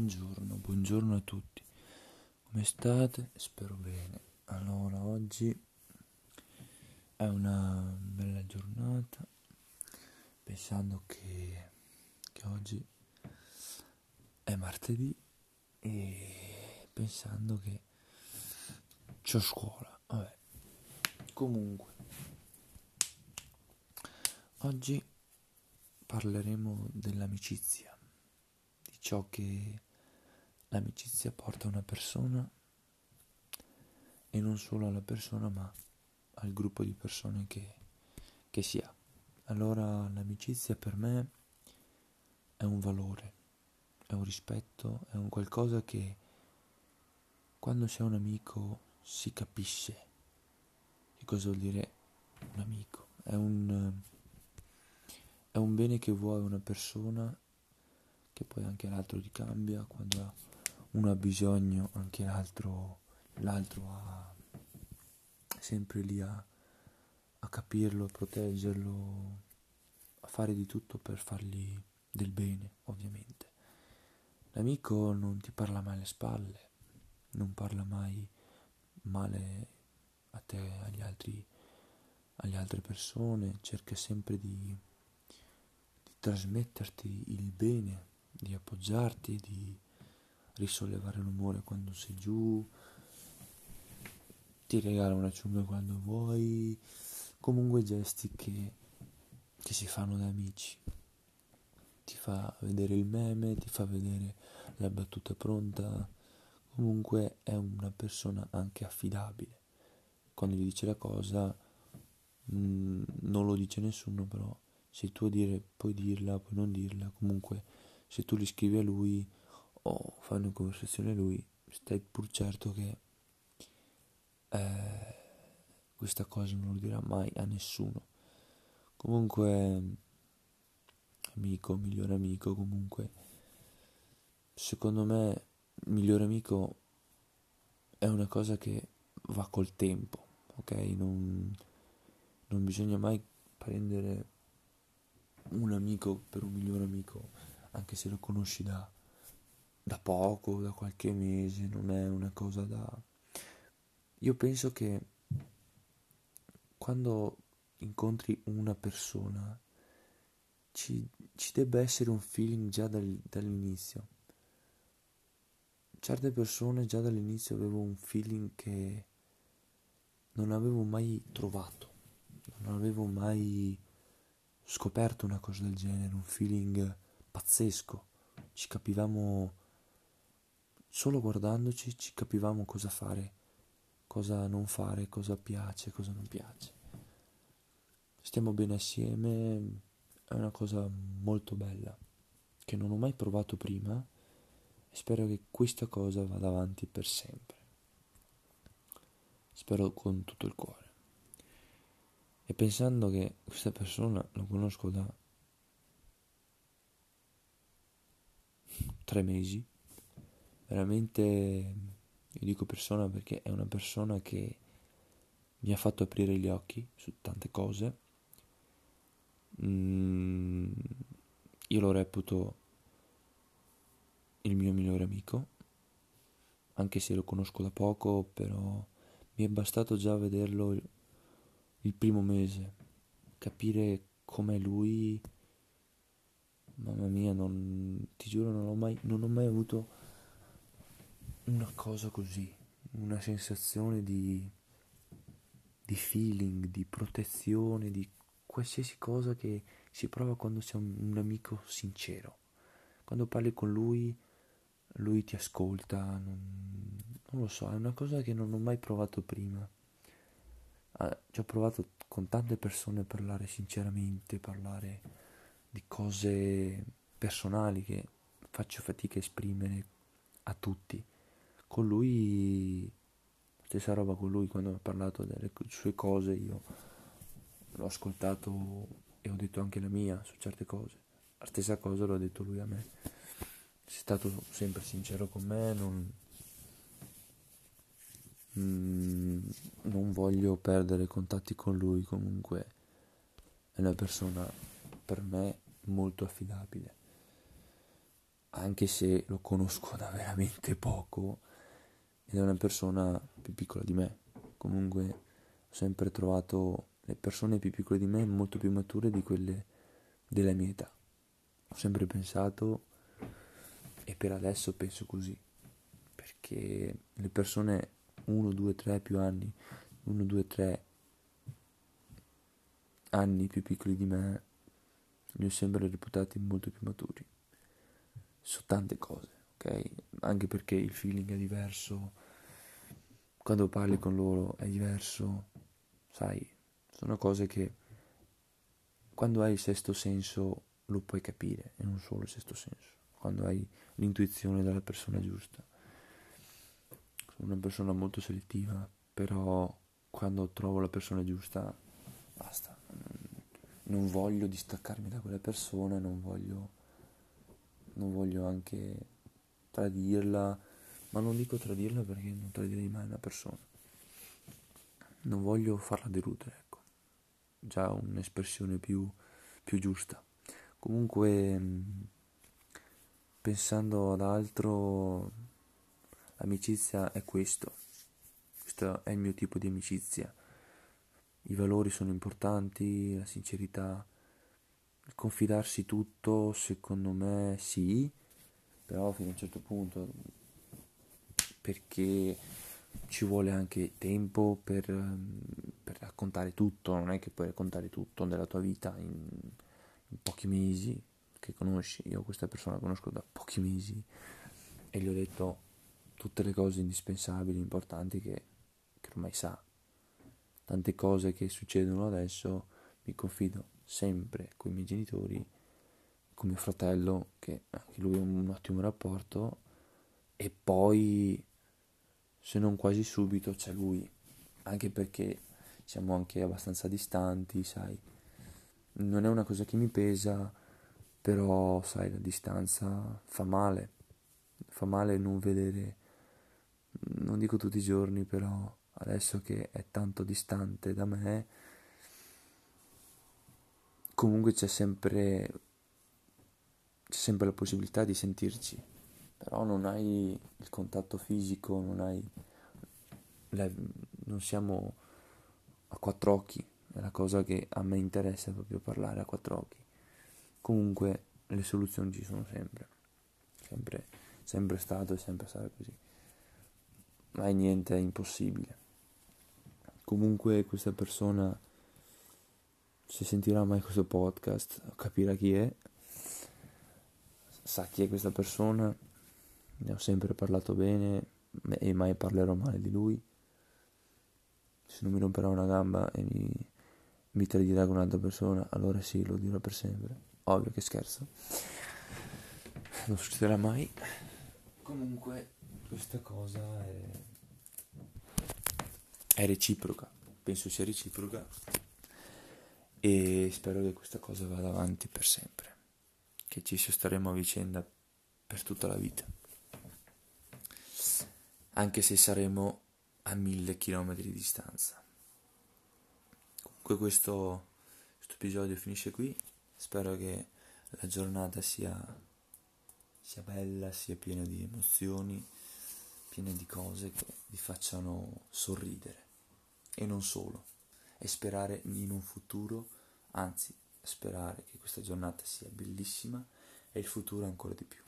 Buongiorno a tutti. Come state? Spero bene. Allora, oggi è una bella giornata, pensando che oggi è martedì e pensando che c'ho scuola. Vabbè, comunque, oggi parleremo dell'amicizia, di ciò che l'amicizia porta a una persona e non solo alla persona ma al gruppo di persone che si ha. Allora l'amicizia per me è un valore, è un rispetto, è un qualcosa che quando si è un amico si capisce che cosa vuol dire un amico. È un bene che vuole una persona, che poi anche l'altro ti cambia, quando uno ha bisogno anche l'altro ha sempre lì a capirlo, a proteggerlo, a fare di tutto per fargli del bene, ovviamente. L'amico non ti parla mai alle spalle, non parla mai male a te, alle altre persone, cerca sempre di trasmetterti il bene, di appoggiarti, di risollevare l'umore quando sei giù, ti regala una ciuga quando vuoi, comunque gesti che si fanno da amici. Ti fa vedere il meme, ti fa vedere la battuta pronta, comunque è una persona anche affidabile. Quando gli dice la cosa, non lo dice nessuno, però sei tu a dire, puoi dirla, puoi non dirla, comunque se tu gli scrivi a lui o fai una conversazione a lui, stai pur certo che questa cosa non lo dirà mai a nessuno. Comunque, amico, migliore amico, comunque, secondo me, migliore amico è una cosa che va col tempo, ok? Non bisogna mai prendere un amico per un migliore amico, anche se lo conosci da poco, da qualche mese, non è una cosa da... Io penso che quando incontri una persona ci debba essere un feeling già dall'inizio. Certe persone già dall'inizio avevo un feeling che non avevo mai trovato, non avevo mai scoperto una cosa del genere, un feeling pazzesco. Ci capivamo, solo guardandoci, ci capivamo cosa fare, cosa non fare, cosa piace, cosa non piace. Stiamo bene assieme, è una cosa molto bella, che non ho mai provato prima e spero che questa cosa vada avanti per sempre. Spero con tutto il cuore. E pensando che questa persona lo conosco da 3 mesi, veramente io dico persona perché è una persona che mi ha fatto aprire gli occhi su tante cose. Io lo reputo il mio migliore amico, anche se lo conosco da poco, però mi è bastato già vederlo il primo mese, capire com'è lui. Mamma mia, ti giuro, non ho mai avuto una cosa così, una sensazione di feeling, di protezione, di qualsiasi cosa che si prova quando sei un amico sincero. Quando parli con lui ti ascolta, non lo so, è una cosa che non ho mai provato prima. Ci ho provato con tante persone a parlare sinceramente, parlare di cose personali che faccio fatica a esprimere a tutti. Con lui, stessa roba con lui, quando mi ha parlato delle sue cose, io l'ho ascoltato e ho detto anche la mia su certe cose. La stessa cosa l'ha detto lui a me. È stato sempre sincero con me, non voglio perdere contatti con lui, comunque è una persona per me molto affidabile. anche se lo conosco da veramente poco, ed è una persona più piccola di me. Comunque ho sempre trovato le persone più piccole di me molto più mature di quelle della mia età. Ho sempre pensato, e per adesso penso così, perché le persone 1, 2, 3 più anni, 1, 2, 3 anni più piccoli di me, li ho sempre reputati molto più maturi su tante cose, ok? Anche perché il feeling è diverso, quando parli con loro è diverso, sai, sono cose che quando hai il sesto senso lo puoi capire, e non solo il sesto senso, quando hai l'intuizione della persona giusta. Sono una persona molto selettiva, però quando trovo la persona giusta, basta. Non voglio distaccarmi da quella persona, non voglio anche tradirla, ma non dico tradirla perché non tradirei mai una persona. Non voglio farla deludere, ecco. Già un'espressione più giusta. Comunque, pensando ad altro, l'amicizia è questo. Questo è il mio tipo di amicizia. I valori sono importanti, la sincerità, il confidarsi tutto, secondo me sì, però fino a un certo punto, perché ci vuole anche tempo per raccontare tutto, non è che puoi raccontare tutto della tua vita in pochi mesi che conosci. Io questa persona la conosco da pochi mesi e gli ho detto tutte le cose indispensabili, importanti che ormai sa. Tante cose che succedono adesso mi confido sempre con i miei genitori, con mio fratello, che anche lui ha un ottimo rapporto, e poi, se non quasi subito, c'è lui, anche perché siamo anche abbastanza distanti, sai. Non è una cosa che mi pesa, però, sai, la distanza fa male non vedere, non dico tutti i giorni, però adesso che è tanto distante da me, comunque c'è sempre la possibilità di sentirci, però non hai il contatto fisico, la- non siamo a quattro occhi, è la cosa che a me interessa proprio parlare a quattro occhi. Comunque le soluzioni ci sono sempre, sempre, sempre stato e sempre sarà così, mai niente è impossibile. Comunque questa persona, se sentirà mai questo podcast, capirà chi è, sa chi è questa persona, ne ho sempre parlato bene e mai parlerò male di lui. Se non mi romperà una gamba e mi tradirà con un'altra persona, allora sì, lo dirò per sempre. Ovvio che scherzo, non succederà mai. Comunque questa cosa è reciproca, penso sia reciproca, e spero che questa cosa vada avanti per sempre, che ci staremo a vicenda per tutta la vita, anche se saremo a 1000 chilometri di distanza. Comunque questo episodio finisce qui, spero che la giornata sia bella, sia piena di emozioni, piena di cose che vi facciano sorridere, e non solo, e sperare in un futuro, anzi sperare che questa giornata sia bellissima e il futuro ancora di più.